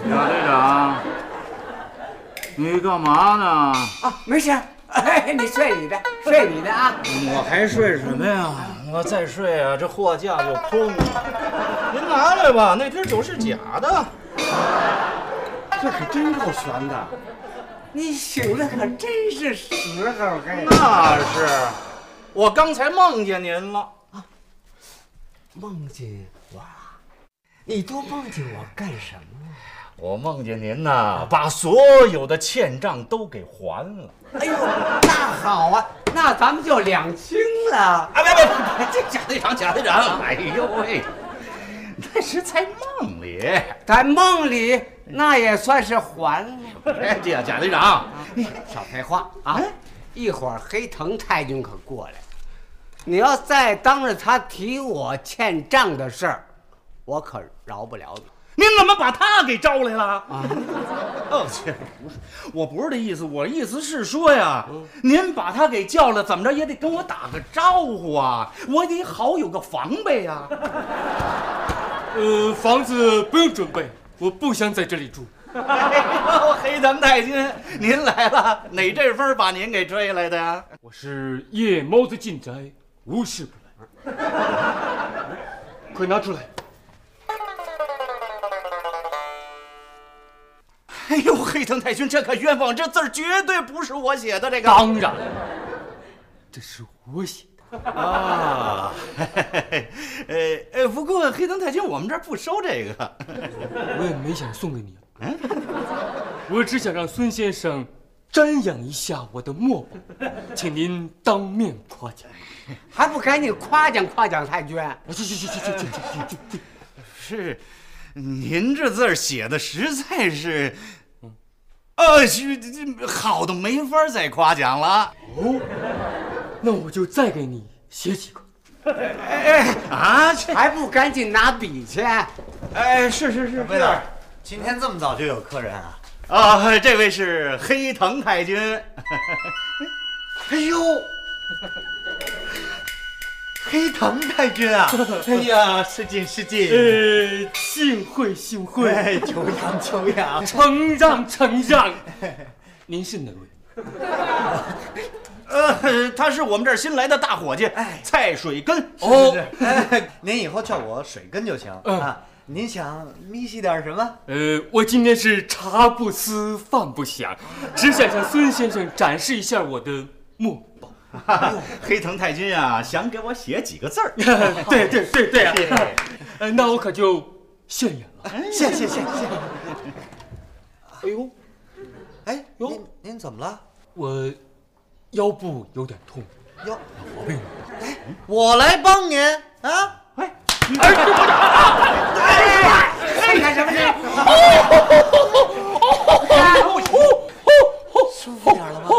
贾队长，你干嘛呢？ 啊，没事，你睡你的，睡你的啊。 我还睡什么呀？我再睡啊，这货架就空了。您拿来吧，那瓶酒是假的。 这可真够悬的，你醒的可真是时候。 那是，我刚才梦见您了。 梦见我？你都梦见我干什么？ 我梦见您呐，把所有的欠账都给还了。 哎呦，那好啊，那咱们就两清了。 啊，别，这贾队长，哎呦喂，那是在梦里， 在梦里那也算是还了。 哎，这贾队长， 你少废话啊！一会儿黑藤太君可过来，你要再当着他提我欠账的事儿，我可饶不了你。 您怎么把他给招来了？啊！哦，这不是，我不是这意思，我意思是说呀，您把他给叫了，怎么着也得跟我打个招呼啊，我得好有个防备呀。 房子不用准备，我不想在这里住。 哎呦，黑藤太君，您来了，哪阵风把您给吹来的呀？ 我是夜猫子进宅，无事不来。快拿出来！ 哎呦，黑藤太君，这可冤枉，这字儿绝对不是我写的。这个当然，这是我写的啊。不过黑藤太君，我们这儿不收这个。 我也没想送给你。我只想让孙先生瞻仰一下我的墨宝，请您当面夸奖。 还不赶紧夸奖夸奖太君？ 去！ 是，您这字儿写的实在是，好的没法再夸奖了。 哦，那我就再给你写几个。 还不赶紧拿笔去？ 是， 魏大，今天这么早就有客人啊？ 啊，这位是黑藤太君。 哎呦，黑藤太君啊！哎呀，失敬。 幸会。 久仰。 承让。您是哪位？ 他是我们这儿新来的大伙计，蔡水根。 您以后叫我水根就行啊。您想咪西点什么？ 我今天是茶不思饭不想，只想向孙先生展示一下我的墨宝。 黑藤太君啊，想给我写几个字儿。 对啊。那我可就现眼了。 谢。 哎呦， 您怎么了？ 我腰部有点痛。 腰， 毛病。 我来帮您啊！ 干什么呢？ 舒服点了吗？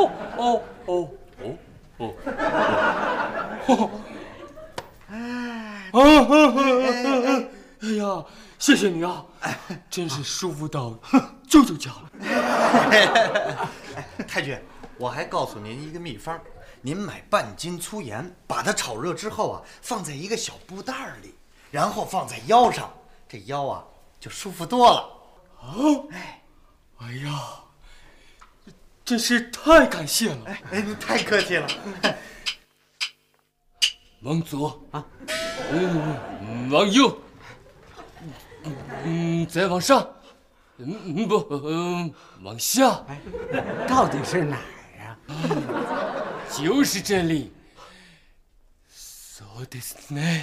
哎呀，谢谢你啊，真是舒服到啾啾叫了。 太君，我还告诉您一个秘方，您买半斤粗盐，把它炒热之后啊，放在一个小布袋里，然后放在腰上，这腰啊就舒服多了。 哎呀，真是太感谢了。 太客气了。 往左啊，往右，再往上，往下。 到底是哪儿啊？ 就是这里。そうですね。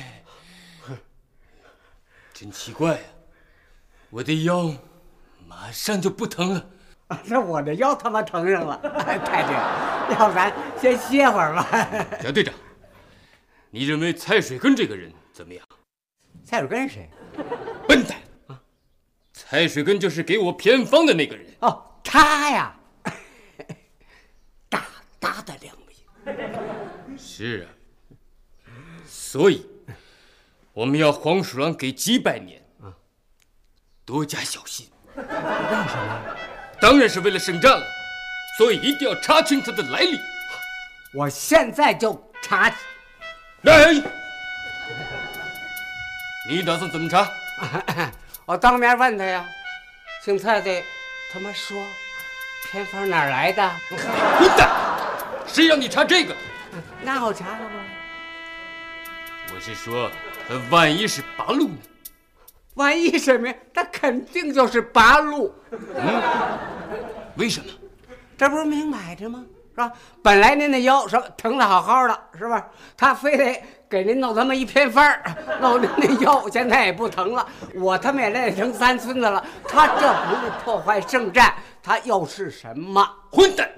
真奇怪啊，我的腰马上就不疼了。 这我的腰他妈疼上了。太君，要不咱先歇会儿吧。 贾队长，你认为蔡水根这个人怎么样？ 蔡水根是谁？ 笨蛋啊！蔡水根就是给我偏方的那个人。 哦，他呀，大大的良民。 是啊，所以我们要黄鼠狼给几百年，多加小心。 为什么？ 当然是为了省账，所以一定要查清他的来历。 我现在就查。 哎，你打算怎么查？ 我当面问他呀。 现在得他妈说，偏方哪儿来的？ 混蛋！谁让你查这个？ 那我查了吗？ 我是说，万一是八路呢？ 万一什么呀？那肯定就是八路。 为什么？ 这不是明摆着吗？是吧？本来您的腰是疼的好好的，是吧？他非得给您弄这么一偏方，弄您的腰现在也不疼了，我他妈也累成3孙子了。他这不是破坏圣战，他又是什么？ 混蛋！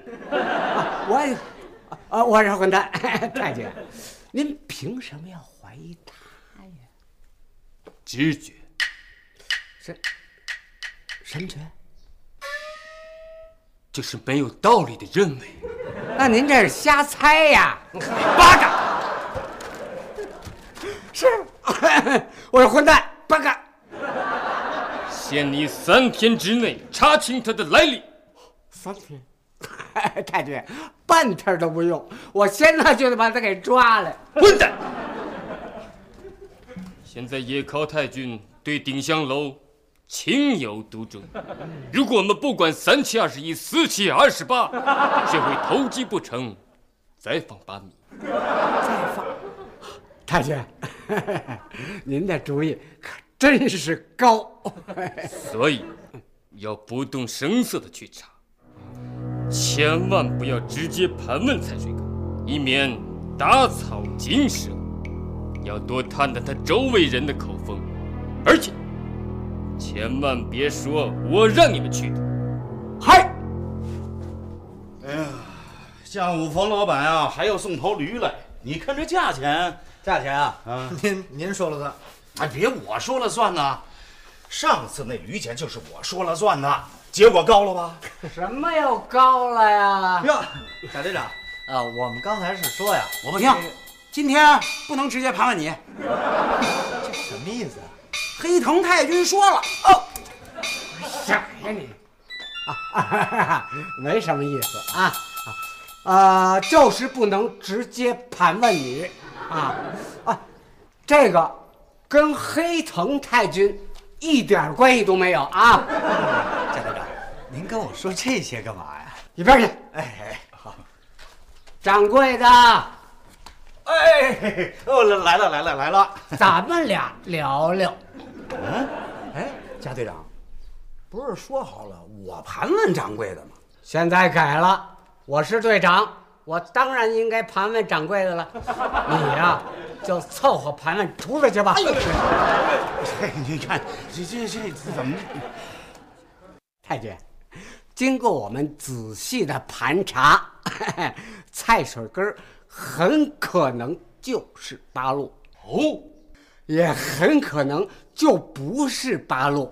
我是混蛋，太监，您凭什么要怀疑他呀？ 直觉。 什么觉？ 就是没有道理的认为。 那您这是瞎猜呀！ 八嘎！ 是，我是混蛋，八嘎！ 限你3天之内查清他的来历。 3天？太君，半天都不用，我现在就得把他给抓来。 混蛋！现在野尻太君对丁香楼情有独钟，如果我们不管3期21、4期28，就会投机不成，再放8米。 再放，太君，您的主意可真是高。 所以要不动声色的去查，千万不要直接盘问蔡水哥，以免打草惊蛇。要多探探他周围人的口风，而且千万别说我让你们去的。 嗨， 哎呀，下午冯老板啊还要送头驴来，你看这价钱啊， 啊， 您说了算。 哎，别我说了算呐，上次那驴钱就是我说了算的，结果高了吧？ 什么又高了呀？ 哟，贾队长啊，我们刚才是说呀， 我不听，今天不能直接盘问你。 这什么意思啊？ 黑藤太君说了哦， 傻呀你！没什么意思啊，就是不能直接盘问你这个跟黑藤太君一点关系都没有啊！ 贾队长，您跟我说这些干嘛呀？ 一边去！ 哎，好， 掌柜的， 哎，哦，来了， 咱们俩聊聊。 哎，贾队长，不是说好了我盘问掌柜的吗？ 现在改了，我是队长，我当然应该盘问掌柜的了。你呀，就凑合盘问出来去吧。 你看这怎么？ 太君，经过我们仔细的盘查，蔡水根很可能就是八路哦， 也很可能就不是八路。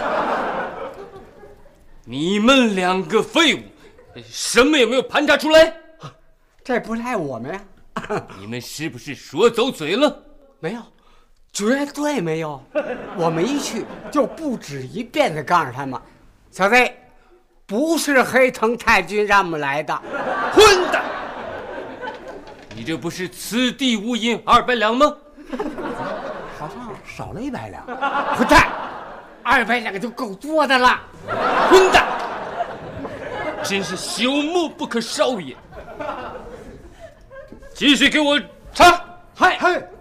你们2个废物，什么也没有盘查出来， 这不赖我们呀。 你们是不是说走嘴了？ 没有，绝对没有。我们一去就不止一遍的告诉他们，小子，不是黑藤太君让我们来的。 混蛋！你这不是此地无银200两吗？ 好像少了100两。 混蛋，200两就够多的了。 混蛋！真是朽木不可烧也。继续给我查。 嗨，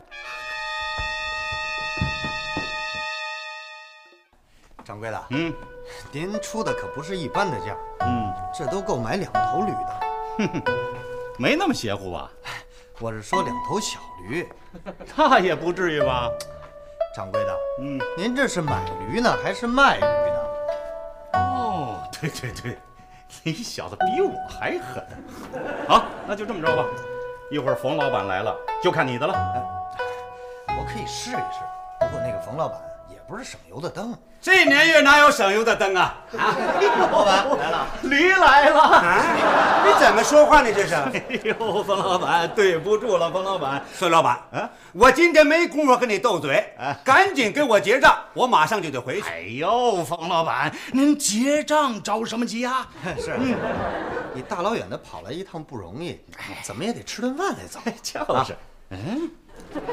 掌柜的，您出的可不是一般的价，这都够买2头驴的。 没那么邪乎吧？ 我是说2头小驴。 那也不至于吧？ 掌柜的，您这是买驴呢，还是卖驴呢？ 哦，对，你小子比我还狠。好，那就这么着吧，一会儿冯老板来了，就看你的了。 我可以试一试，不过那个冯老板也不是省油的灯。 这年月哪有省油的灯啊？ 老板来了， 驴来了！ 啊，你怎么说话呢？这是？ 哎呦，冯老板，对不住了，冯老板。 孙老板，我今天没工夫跟你斗嘴，赶紧给我结账，我马上就得回去。 哎呦，冯老板，您结账着什么急啊？ 是，你大老远的跑来一趟不容易，怎么也得吃顿饭再走。 就是，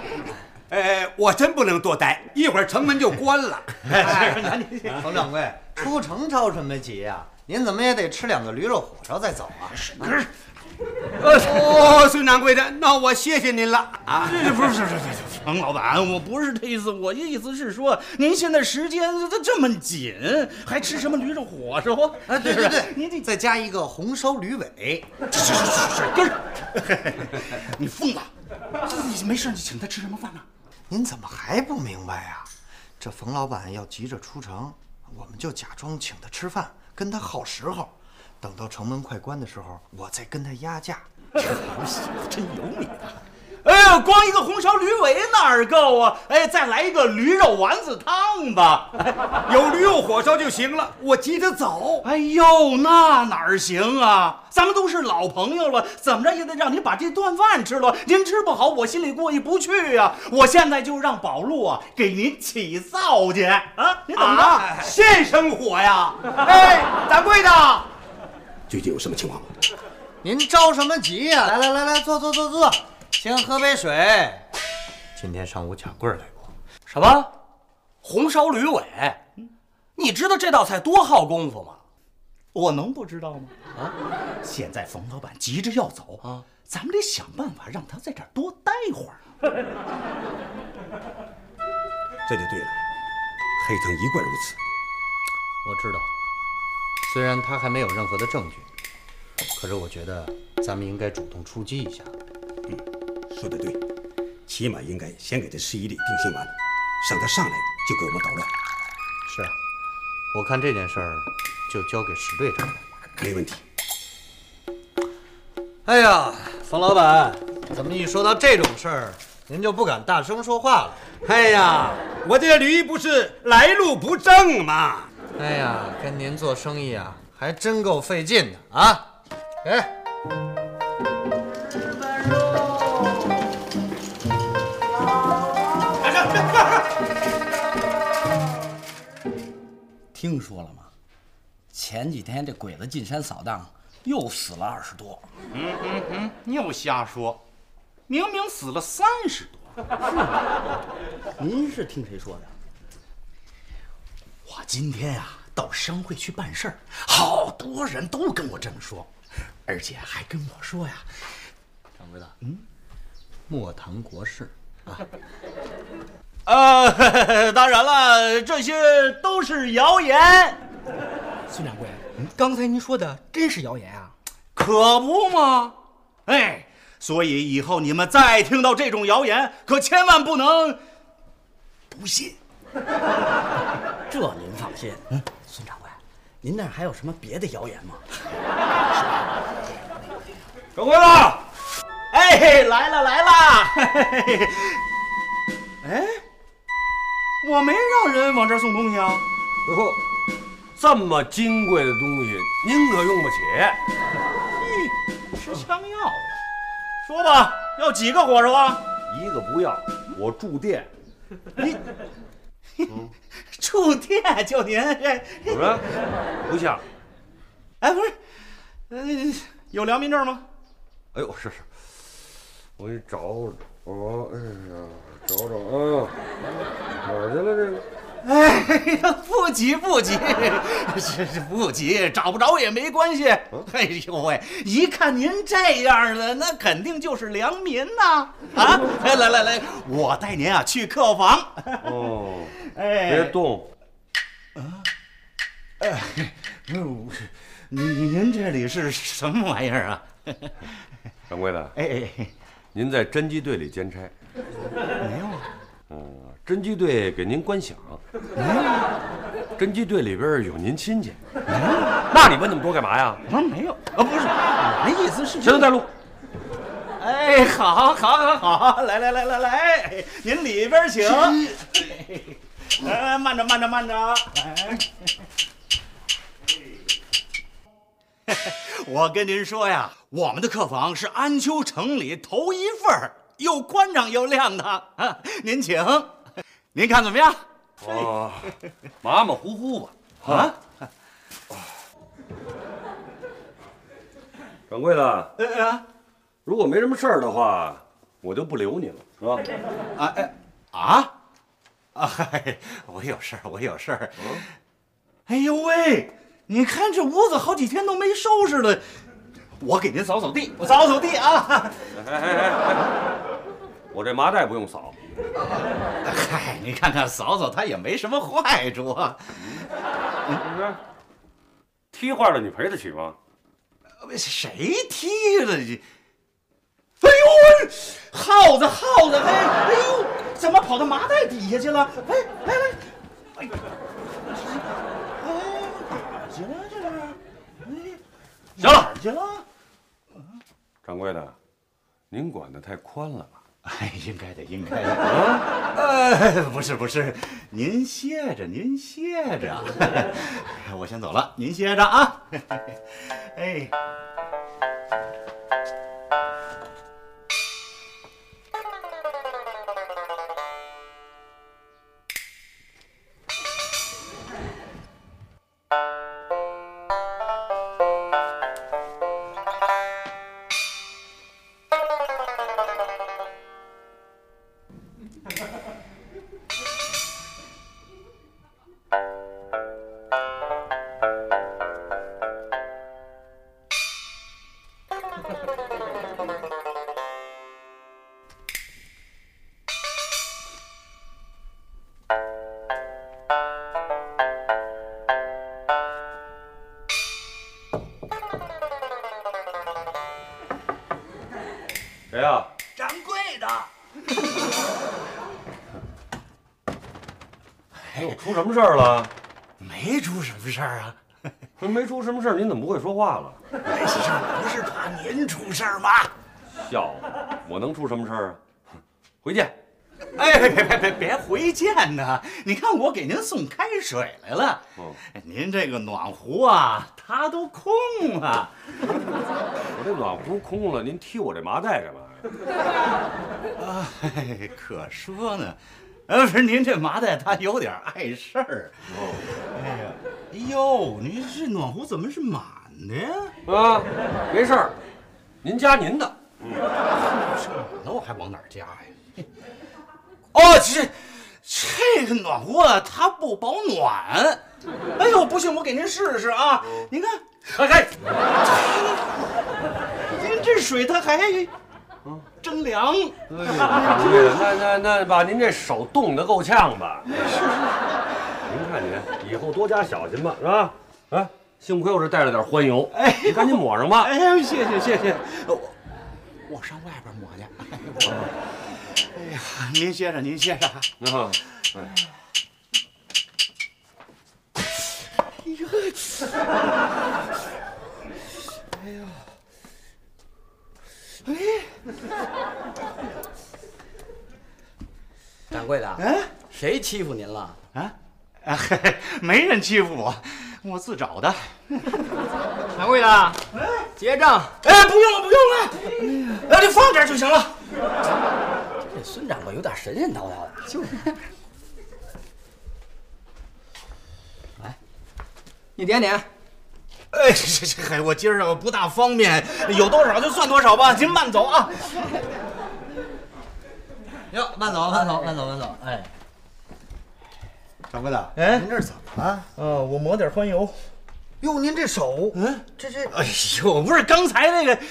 我真不能多待，一会儿城门就关了。 冯掌柜， 出城着什么急呀？您怎么也得吃2个驴肉火烧再走啊？ 孙掌柜的，那我谢谢您了啊！ 不是，冯老板，我不是这意思，我的意思是说，您现在时间这么紧，还吃什么驴肉火烧啊？ 对， 您这再加一个红烧驴尾。 是，你疯了！你没事，你请他吃什么饭呢？ 您怎么还不明白呀？这冯老板要急着出城，我们就假装请他吃饭，跟他耗时候。等到城门快关的时候，我再跟他压价。 真有你的！哎呀，光一个红烧驴尾哪儿够啊？哎，再来一个驴肉丸子汤吧。 有驴肉火烧就行了，我急着走。 哎呦，那哪儿行啊？咱们都是老朋友了，怎么着也得让您把这顿饭吃了。您吃不好，我心里过意不去呀。我现在就让宝路啊给您起灶去啊！您怎么着？ 现生火呀！哎，掌柜的， 最近有什么情况吗？ 您着什么急呀？来，坐，先喝杯水。今天上午贾贵来过。 什么？红烧驴尾？你知道这道菜多耗功夫吗？ 我能不知道吗？啊！现在冯老板急着要走啊，咱们得想办法让他在这儿多待会儿。 这就对了，黑藤一贯如此。 我知道，虽然他还没有任何的证据，可是我觉得咱们应该主动出击一下。 说得对，起码应该先给他施一粒定心丸，省得上来就给我们捣乱。 是啊，我看这件事儿就交给石队长了。 没问题。 哎呀，冯老板，怎么一说到这种事儿，您就不敢大声说话了？ 哎呀，我这驴不是来路不正吗？ 哎呀，跟您做生意啊，还真够费劲的啊！哎。 听说了吗？前几天这鬼子进山扫荡，又死了20多。 你又瞎说，明明死了30多。 您是听谁说的？ 我今天呀到商会去办事儿，好多人都跟我这么说，而且还跟我说呀， 掌柜的，莫谈国事啊。 当然了，这些都是谣言。 孙掌柜，刚才您说的真是谣言啊？ 可不嘛！哎，所以以后你们再听到这种谣言，可千万不能不信。 这您放心。孙掌柜，您那儿还有什么别的谣言吗？ 掌柜的，哎，来了！哎，我没让人往这儿送东西啊。 这么金贵的东西，您可用不起。 吃枪药了。说吧，要几个火烧啊？ 一个不要，我住店。 你，住店就您这？ 怎么不像？ 哎，不是，有良民证吗？ 哎呦，是，我给你找找。哎呀，找找啊，哪儿去了这个？ 哎呀，不急，是不急，找不着也没关系。哎呦喂，一看您这样的，那肯定就是良民呐！啊，来，我带您啊去客房。 哦， 哎， 别动。 您这里是什么玩意儿啊？ 掌柜的， 哎， 您在侦缉队里兼差？ 没有啊。 侦缉队给您关饷。侦缉队里边有您亲戚。那你问那么多干嘛呀？ 我说没有，不是，我的意思是行了，带路。 哎，好，来，您里边请。慢着，我跟您说呀，我们的客房是安丘城里头一份，又宽敞又亮堂啊！您请，您看怎么样？ 哦，马马虎虎吧。 啊？ 掌柜的，如果没什么事儿的话，我就不留你了，是吧？ 我有事儿。 哎呦喂，你看这屋子好几天都没收拾了，我给您扫扫地，我扫扫地啊。 我这麻袋不用扫。 嗨，你看看扫扫它也没什么坏处啊。 踢坏了你赔得起吗？ 谁踢了你？哎呦，耗子，哎呦，怎么跑到麻袋底下去了？哎，来，哎，哪去了这是？哎， 行了， 哪去了？ 掌柜的，您管得太宽了吧？ 哎，应该的啊。不是，您歇着，我先走了，您歇着啊。哎。 谁呀？ 掌柜的。 哎呦，出什么事儿了？ 没出什么事儿啊。 没出什么事儿，您怎么不会说话了？ 不是怕您出事儿吗？ 笑话，我能出什么事儿啊？回见。 哎，别回见呐！你看我给您送开水来了。您这个暖壶啊，它都空了。 我这暖壶空了，您踢我这麻袋干嘛呀？ 哎，可说呢。不是您这麻袋它有点碍事儿。哎呦，您这暖壶怎么是满的呀？ 啊，没事儿，您加您的。 那我还往哪儿加呀？哦，这个暖壶啊，它不保暖。哎呦，不信我给您试试啊！您看， 开， 您这水它还真凉。 那把您这手冻得够呛吧？您看您以后多加小心吧，是吧？啊，幸亏我这带了点欢油，你赶紧抹上吧。 哎呦，谢谢，我上外边抹去。哎呀，您歇着。 掌柜的，谁欺负您了？ 没人欺负我，我自找的。 掌柜的，结账。 哎，不用了，你放这儿就行了。 这孙掌柜有点神神叨叨的。就是。来， 你点点。 哎，这我今儿不大方便，有多少就算多少吧，您慢走啊。 哟，慢走。哎，掌柜的，您这是怎么了？ 我抹点欢油。 哟，您这手，这， 哎呦，不是刚才那个，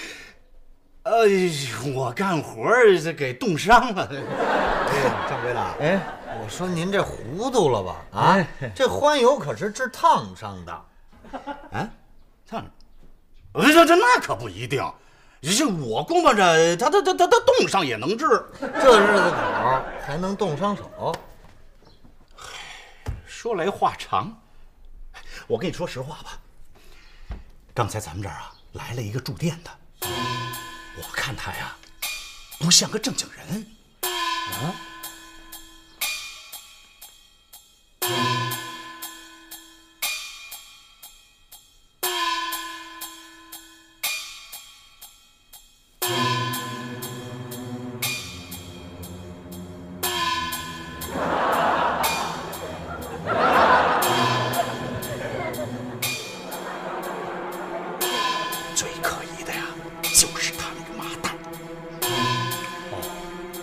我干活这给冻伤了。 掌柜的，我说您这糊涂了吧？啊，这欢油可是治烫伤的。 烫？这那可不一定。这我估摸着他冻伤也能治。 这日子口还能冻伤手？ 说来话长，我跟你说实话吧。刚才咱们这儿啊来了一个住店的，我看他呀不像个正经人。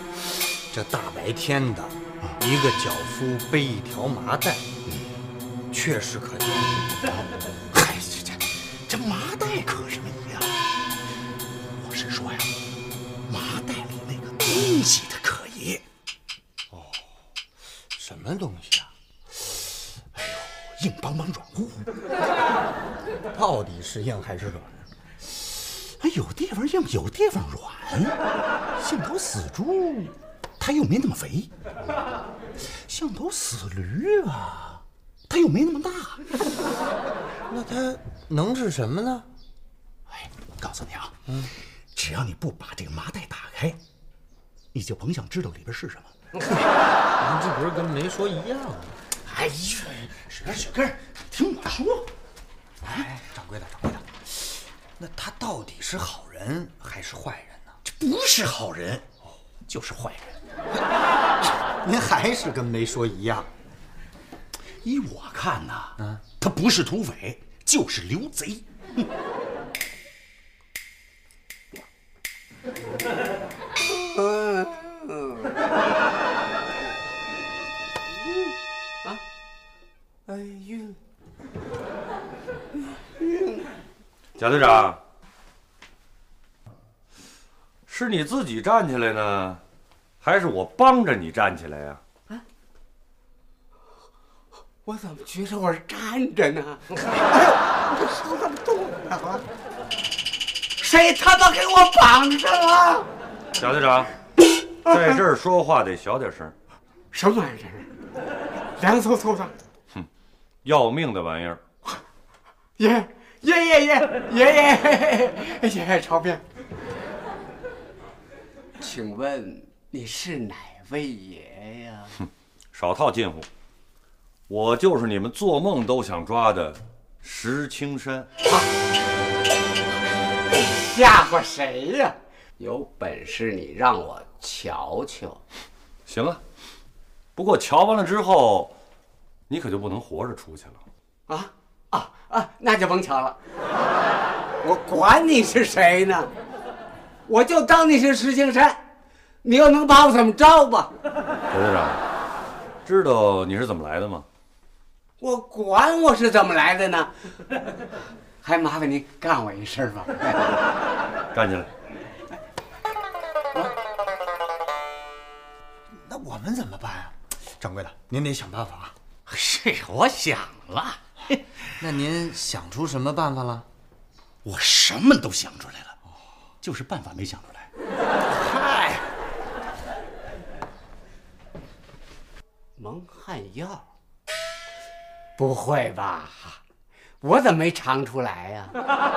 这大白天的，一个脚夫背一条麻袋， 确实可疑。 嗨，这麻袋可什么疑啊？我是说呀，麻袋里那个东西它可疑。 哦，什么东西啊？ 哎呦，硬邦邦软乎乎， 到底是硬还是软？ 哎，有地方硬，有地方软，像头死猪，它又没那么肥；像头死驴吧，它又没那么大。 那它能是什么呢？ 哎，我告诉你啊，只要你不把这个麻袋打开，你就甭想知道里边是什么。 您这不是跟没说一样吗？ 哎呀，雪根，听我说。 哎，掌柜的，那他到底是好人还是坏人呢？ 这不是好人，就是坏人。 您还是跟没说一样。 依我看呐，他不是土匪，就是刘贼。 哎呦， 贾队长，是你自己站起来呢，还是我帮着你站起来呀？ 我怎么觉得我是站着呢？哎呦，我手怎么动了？谁他妈给我绑上了？ 贾队长，在这儿说话得小点声。 什么玩意儿？凉飕飕的。 要命的玩意儿！ 爷朝边。请问你是哪位爷呀？ 少套近乎，我就是你们做梦都想抓的石青山。 吓唬谁呀？有本事你让我瞧瞧。 行啊，不过瞧完了之后，你可就不能活着出去了。 那就甭瞧了。我管你是谁呢？我就当你是石青山，你又能把我怎么着吧？ 贾队长，知道你是怎么来的吗？ 我管我是怎么来的呢？还麻烦你干我一事吧。 站起来。 那我们怎么办啊？掌柜的，您得想办法啊。 是我想了， 那您想出什么办法了？ 我什么都想出来了，就是办法没想出来。 嗨，蒙汗药？不会吧？我怎么没尝出来呀？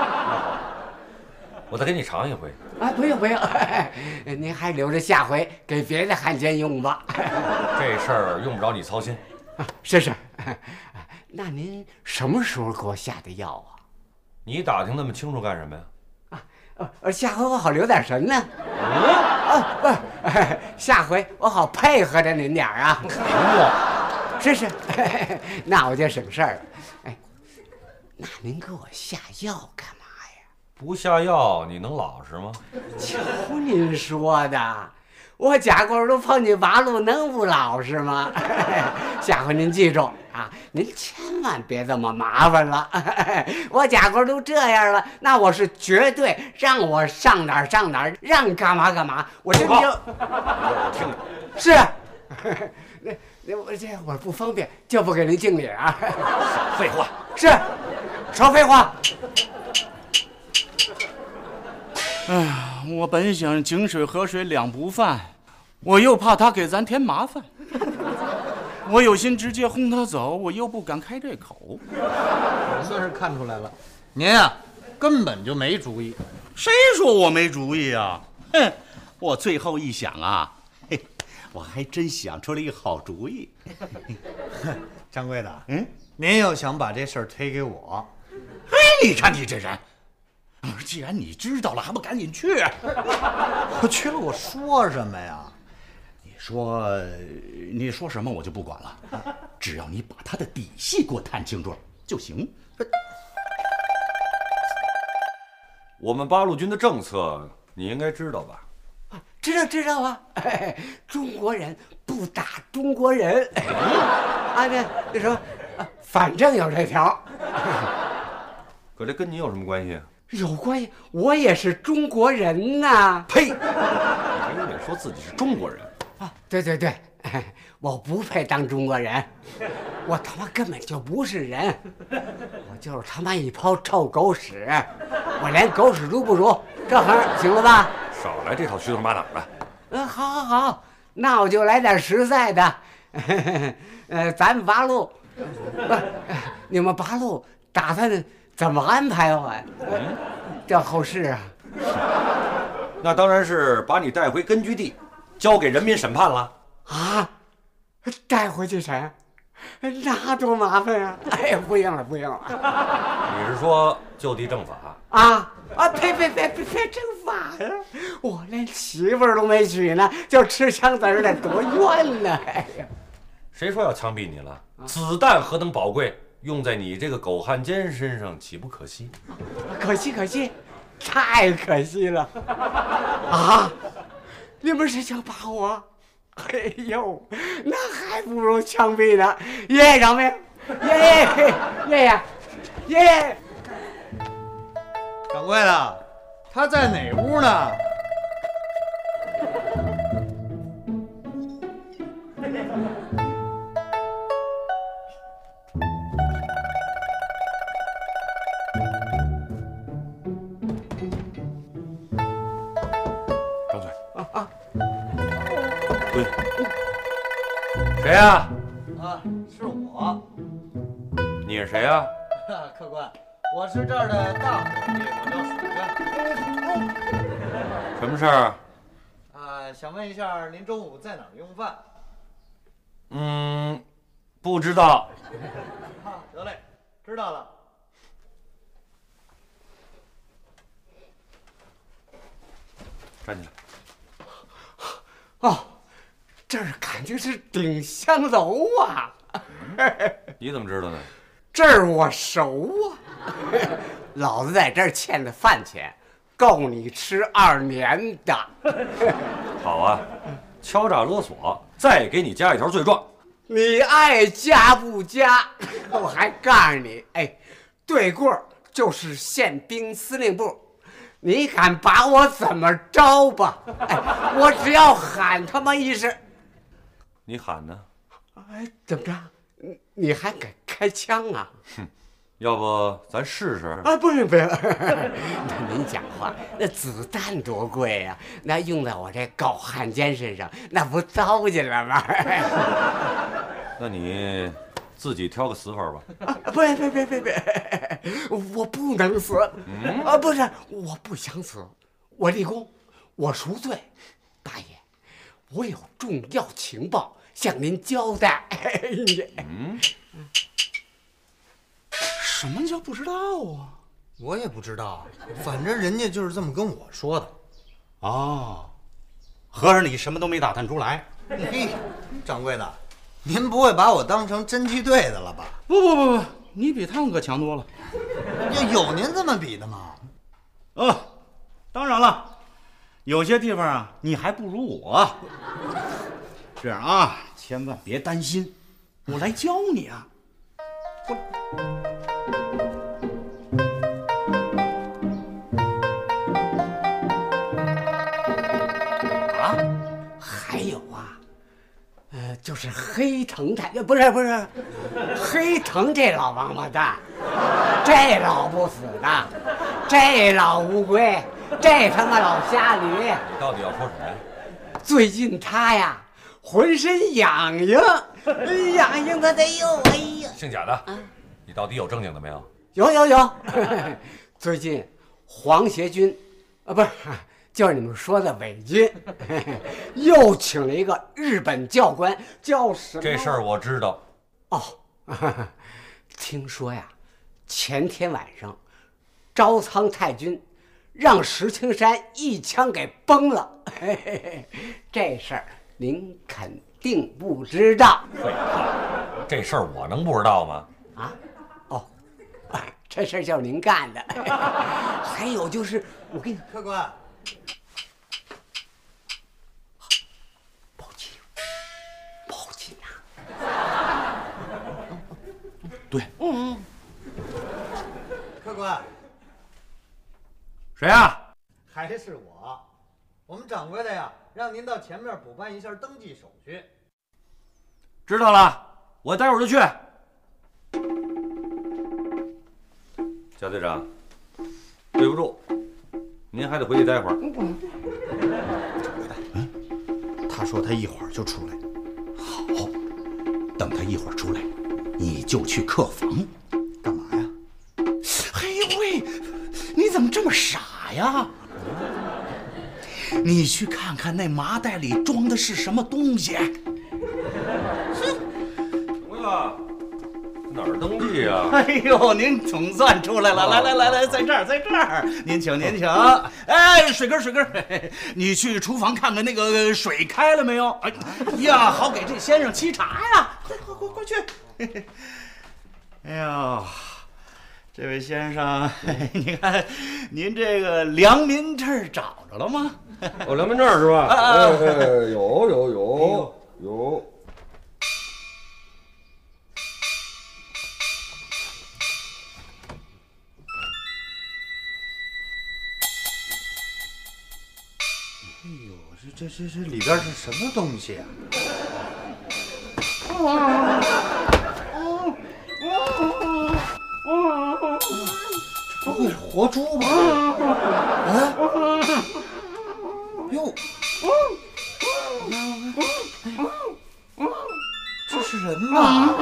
我再给你尝一回。 不用，您还留着下回给别的汉奸用吧。 这事儿用不着你操心。 是。那您什么时候给我下的药啊？ 你打听那么清楚干什么呀？ 下回我好留点神呢。不是，下回我好配合着您点啊。是，那我就省事儿了。哎，那您给我下药干嘛呀？ 不下药你能老实吗？ 瞧您说的，我贾棍都碰见八路，能不老实吗？下回您记住啊，您千万别这么麻烦了。我贾棍都这样了，那我是绝对让我上哪儿上哪儿，让干嘛干嘛。我这我听着。 是。我这会儿不方便，就不给您敬礼啊。 废话。 是，少废话。 哎呀，我本想井水河水两不犯，我又怕他给咱添麻烦。我有心直接轰他走，我又不敢开这口。 我算是看出来了，您啊根本就没主意。 谁说我没主意啊？哼，我最后一想啊，我还真想出了一个好主意。 掌柜的，您又想把这事儿推给我？ 哎，你看你这人，既然你知道了，还不赶紧去？ 我去了，我说什么呀？ 你说什么我就不管了，只要你把他的底细给我探清楚了就行。 我们八路军的政策你应该知道吧？ 知道啊！中国人不打中国人。那什么， 反正有这条。 可这跟你有什么关系？ 有关系，我也是中国人呐。 呸！你还有脸说自己是中国人？ 啊，对对对，我不配当中国人，我他妈根本就不是人，我就是他妈一泡臭狗屎，我连狗屎都不如，这行行了吧？ 少来这套虚头巴脑的。 好好好，那我就来点实在的。咱们八路，你们八路打算怎么安排我？这后事啊？ 那当然是把你带回根据地，交给人民审判了。 啊，带回去审，那多麻烦呀！哎呀，不用了，不用了。 你是说就地正法？ 呸！正法呀！我连媳妇儿都没娶呢，就吃枪子儿的，多冤呢！哎呀， 谁说要枪毙你了？子弹何等宝贵，用在你这个狗汉奸身上，岂不可惜？ 可惜，太可惜了！啊，你们是想把我？哎呦，那还不如枪毙呢！爷爷饶命！爷爷！ 掌柜的，他在哪屋呢？ 张嘴！对，谁呀？ 是我。 你是谁呀？ 客官，我是这儿的大伙计，我叫水干。 什么事儿？ 想问一下，您中午在哪儿用饭？ 不知道。 得嘞，知道了。 站起来。 哦，这儿感觉是鼎香楼啊！ 你怎么知道的？ 这儿我熟啊，老子在这儿欠的饭钱，够你吃2年的。 好啊，敲诈勒索，再给你加一条罪状。 你爱加不加？我还告诉你，对过就是宪兵司令部，你敢把我怎么着吧？我只要喊他妈一声， 你喊呢？ 怎么着？你还敢开枪啊？ 哼，要不咱试试？ 不用。那您讲话，那子弹多贵呀，那用在我这狗汉奸身上，那不糟践了吗？ 那你自己挑个死法吧。 别，我不能死。不是，我不想死，我立功，我赎罪。大爷，我有重要情报向您交代。 什么叫不知道啊？ 我也不知道，反正人家就是这么跟我说的。 合着你什么都没打探出来？ 嘿，掌柜的，您不会把我当成侦缉队的了吧？ 不，你比他们可强多了。 有您这么比的吗？ 当然了，有些地方啊，你还不如我。这样啊，千万别担心，我来教你啊。过来。 还有啊，就是黑藤太，不是，黑藤这老王八蛋，这老不死的，这老乌龟，这他妈老瞎驴， 你到底要说谁？ 最近他呀，浑身痒痒的，哎呀， 姓贾的，你到底有正经的没有？ 有，最近黄协军，不是。就是你们说的伪军，又请了一个日本教官，叫什么？ 这事儿我知道。 听说呀，前天晚上，招仓太君让石青山一枪给崩了。这事儿您肯定不知道。 废话，这事儿我能不知道吗？ 这事儿就是您干的。还有就是，我跟你客官。 报警啊！ 官， 谁啊？ 还是我。我们掌柜的呀，让您到前面补办一下登记手续。 知道了，我待会儿就去。 贾队长，对不住，您还得回去待会儿。 他说他一会儿就出来。好，等他一会儿出来，你就去客房。 干嘛呀？ 嘿呦喂，你怎么这么傻呀？你去看看那麻袋里装的是什么东西。 怎么了？哪儿登记呀？ 哎呦，您总算出来了！来，在这儿，您请。哎，水根，你去厨房看看那个水开了没有？哎呀，好给这先生沏茶呀！快去！哎呦，这位先生，你看您这个良民证找着了吗？ 哦，良民证是吧？有。 这里边是什么东西啊？这不会是活猪吧？啊？哟，这是人吗？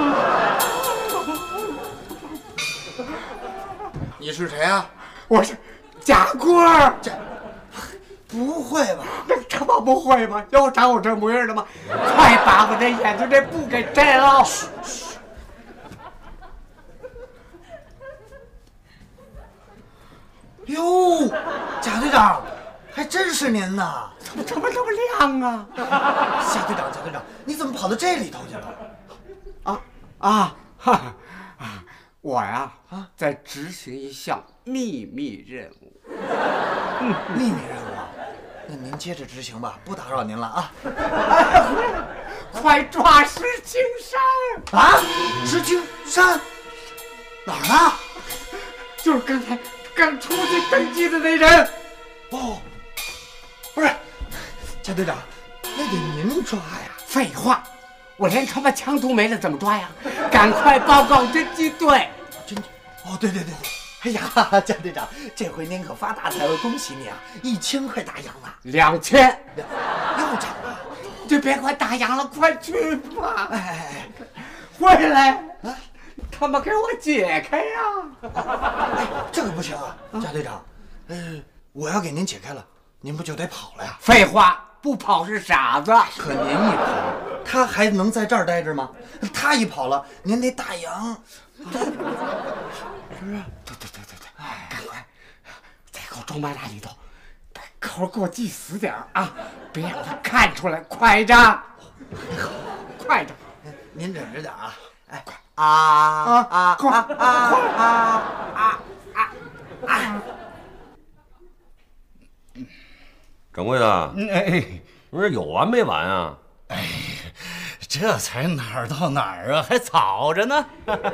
你是谁啊？ 我是贾官。 不会吧？ 这么不会吧？有长我这模样的吗？快把我这眼睛这布给摘了！ 哟，贾队长，还真是您呐！ 怎么这么亮啊？ 贾队长，你怎么跑到这里头去了？ 我呀，在执行一项秘密任务。 秘密任务？那您接着执行吧，不打扰您了啊！ 快抓石青山！ 啊，石青山哪儿呢？ 就是刚出去登记的那人。 哦，不是，贾队长，那得您抓呀！ 废话，我连他妈枪都没了，怎么抓呀？赶快报告侦缉队。 对。哎呀，贾队长，这回您可发大财了，恭喜你啊！1000块大洋啊 ！2000， 又涨了。 就别管大洋了，快去吧！ 哎， 回来！他们给我解开呀！ 这个不行啊，贾队长。我要给您解开了，您不就得跑了呀？ 废话，不跑是傻子。 可您一跑，他还能在这儿待着吗？他一跑了，您那大洋，是不是？ 对，赶快，再给我装马扎里头，把口给我系死点啊！别让他看出来，快着，快着！ 您忍着点啊！哎， 掌柜的，不是有完没完啊？ 哎，这才哪儿到哪儿啊，还早着呢。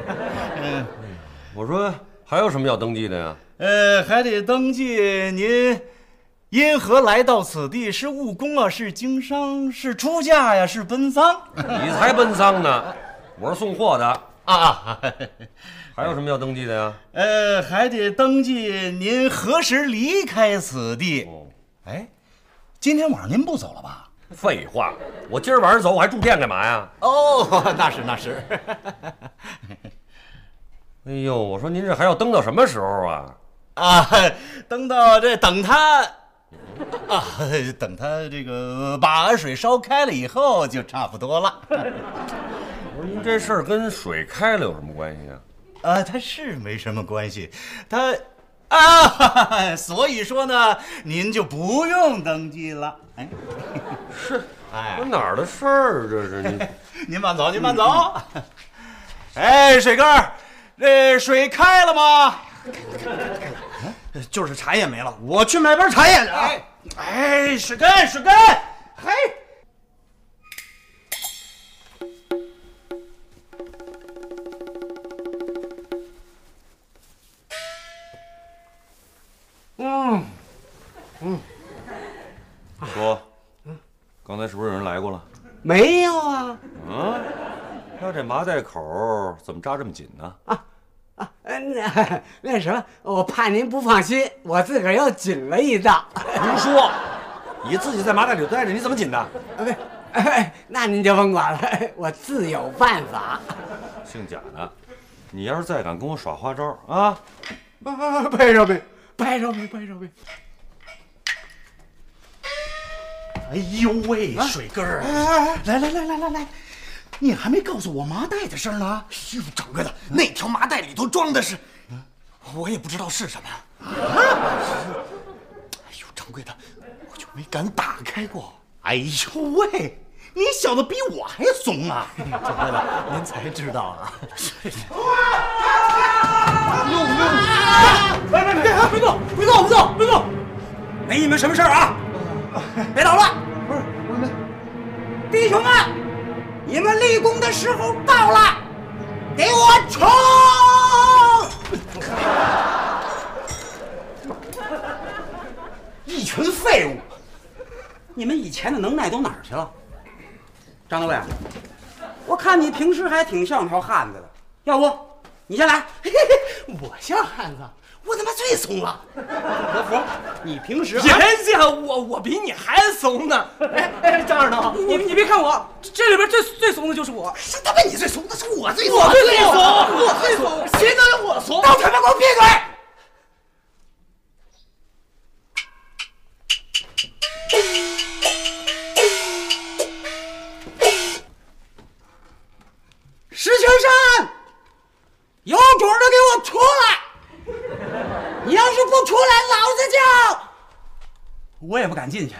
我说还有什么要登记的呀？ 还得登记您因何来到此地，是务工啊，是经商，是出嫁呀，是奔丧？ 你才奔丧呢，我是送货的啊。 还有什么要登记的呀？ 还得登记您何时离开此地。哎，今天晚上您不走了吧？ 废话，我今儿晚上走，我还住店干嘛呀？ 哦，那是。 哎呦，我说您这还要登到什么时候啊？ 登到这等他这个把水烧开了以后就差不多了。 我说您这事儿跟水开了有什么关系啊？ 它是没什么关系，所以说呢，您就不用登记了。哎， 是，这哪儿的事儿这是？ 您慢走。哎，水哥，这水开了吗？ 就是茶叶没了，我去买杯茶叶去啊！ 哎，水根，嘿。 是不是有人来过了？ 没有啊。 啊，那这麻袋口怎么扎这么紧呢？ 那什么，我怕您不放心，我自个儿又紧了一道。 胡说！你自己在麻袋里待着，你怎么紧的？ 那您就甭管了，我自有办法。 姓贾的，你要是再敢跟我耍花招啊！ 拍着没？拍着没？拍着没？ 哎呦喂，水根儿，来，你还没告诉我麻袋的事儿呢。 哟，掌柜的，那条麻袋里头装的是，我也不知道是什么。哎呦，掌柜的，我就没敢打开过。 哎呦喂，你小子比我还怂啊！ 掌柜的，您才知道啊。 别动！没你们什么事儿啊！别捣乱！不是我们弟兄们，你们立功的时候到了，给我冲！ 一群废物！ 你们以前的能耐都哪儿去了？张大卫，我看你平时还挺像条汉子的，要不你先来？ 我像汉子，我他妈最怂了。德福，你平时别介，我比你还怂呢。 张二头， 你别看我，这里边最怂的就是我。 是他妈你最怂，那是我最怂， 我最怂， 谁能有我怂？ 都他妈给我闭嘴！石青山，有种的给我出来！你要是不出来，老子就…… 我也不敢进去。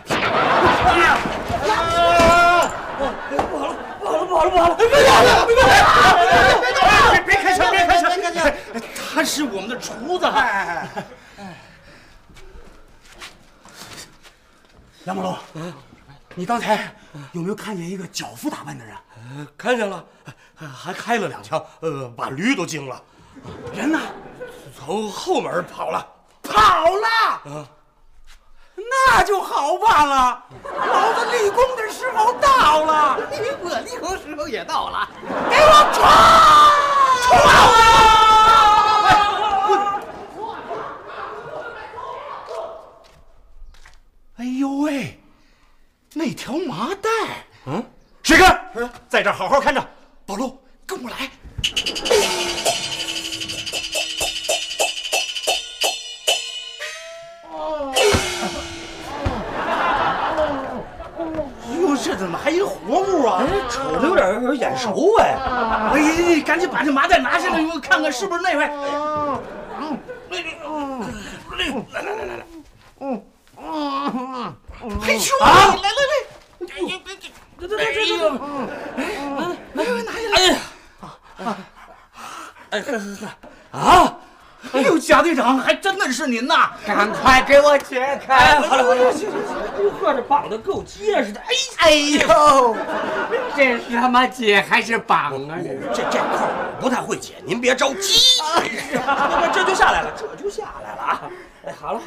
不好了！ 别开枪！他是我们的厨子。 杨宝龙，你刚才有没有看见一个脚夫打扮的人？ 看见了，还开了2枪，把驴都惊了。 人呢？ 从后门跑了。 跑了！那就好办了，老子立功的时候到了， 我立功时候也到了， 给我冲！ 哎呦喂，那条麻袋， 水根，在这儿好好看着。 宝路，跟我来。哟，这怎么还一活物啊？ 瞅着有点眼熟哎！ 哎，你赶紧把这麻袋拿下来，我看看是不是那位。来，嘿咻！来，哎呦，贾队长，还真的是您呐！ 赶快给我解开！ 好了，这绑的够结实的。 哎呦，这是他妈解还是绑啊？ 这扣不太会解，您别着急。这就下来了啊！好了。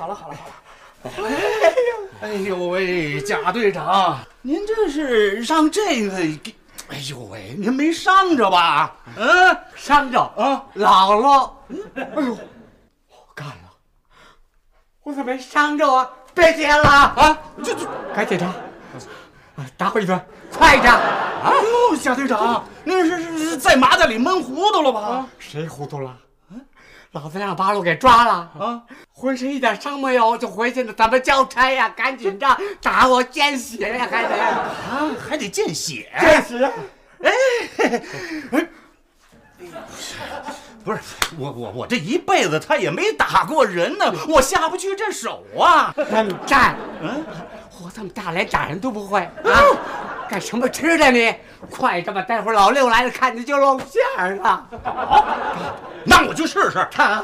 哎呦喂，贾队长，您这是让这个给……哎呦喂，您没伤着吧？ 伤着啊，姥姥。哎呦，我干了，我怎么没伤着啊？别解了啊！这该检查，打回一顿，快点！ 哎呦，贾队长，您是在麻袋里闷糊涂了吧？ 谁糊涂了？老子让八路给抓了啊！浑身一点伤没有，就回去了，怎么交差呀？赶紧的，打我见血呀， 还得见血， 见血！ 不是我这一辈子他也没打过人呢，我下不去这手啊！ 冷战，我这么大连打人都不会啊！干什么吃的你？快着吧，待会儿老六来了，看你就露馅了。 好，那我就试试。 看，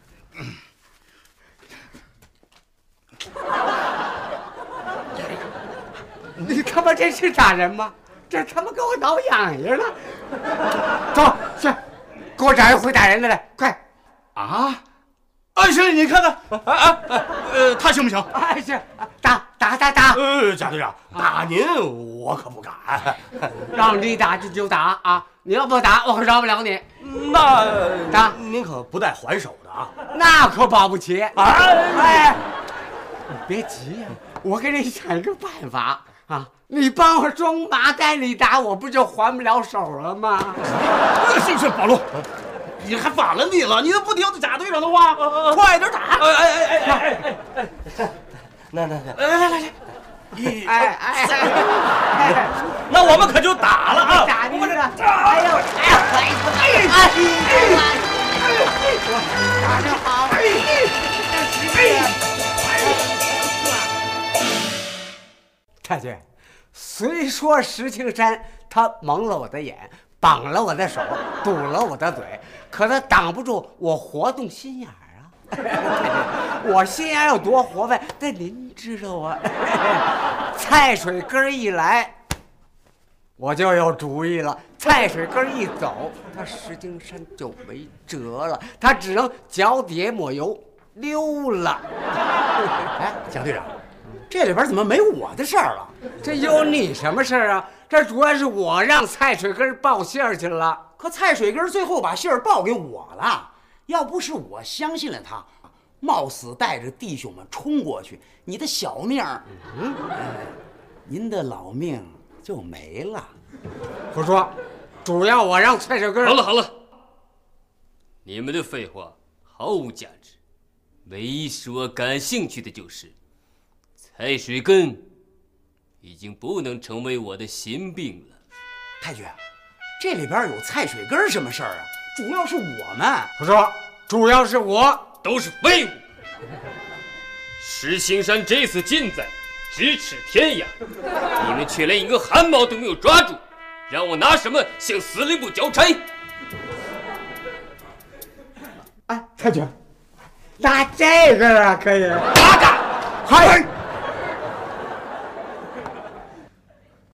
你他妈这是打人吗？这他妈给我挠痒痒了！走去，给我找一会打人的来，快！ 啊，行，你看看，他行不行？ 行，打打！ 贾队长，打您我可不敢。 让你打就打啊！你要不打，我可饶不了你。 那打您可不带还手的啊？ 那可保不齐。 哎， 你别急呀，我给你想一个办法啊！你帮我装麻袋里打，我不就还不了手了吗？ 是保罗， 你还反了你了，你都不听贾队长的话，快点打！ 哎，那，来，那我们可就打了啊！ 打你这个！打得好！太君，虽说石青山他蒙了我的眼，绑了我的手，堵了我的嘴，可他挡不住我活动心眼儿啊！我心眼有多活泛，那您知道啊？菜水根一来，我就有主意了。菜水根一走，他石青山就没辙了，他只能脚底下抹油溜了。 哎，贾队长，这里边怎么没我的事儿了？ 这有你什么事儿啊？这主要是我让菜水根报信儿去了。 可菜水根最后把信儿报给我了，要不是我相信了他，冒死带着弟兄们冲过去，你的小命儿，您的老命就没了。 胡说，主要我让菜水根。 好了，你们的废话毫无价值，唯一使我感兴趣的就是菜水根已经不能成为我的心病了。 太君，这里边有菜水根什么事儿啊？主要是我们。 胡说，主要是我。 都是废物！石青山这次进在咫尺天涯，你们却连一个汗毛都没有抓住，让我拿什么向司令部交差？ 哎，太君，拿这个啊，可以。 哪敢！嗨！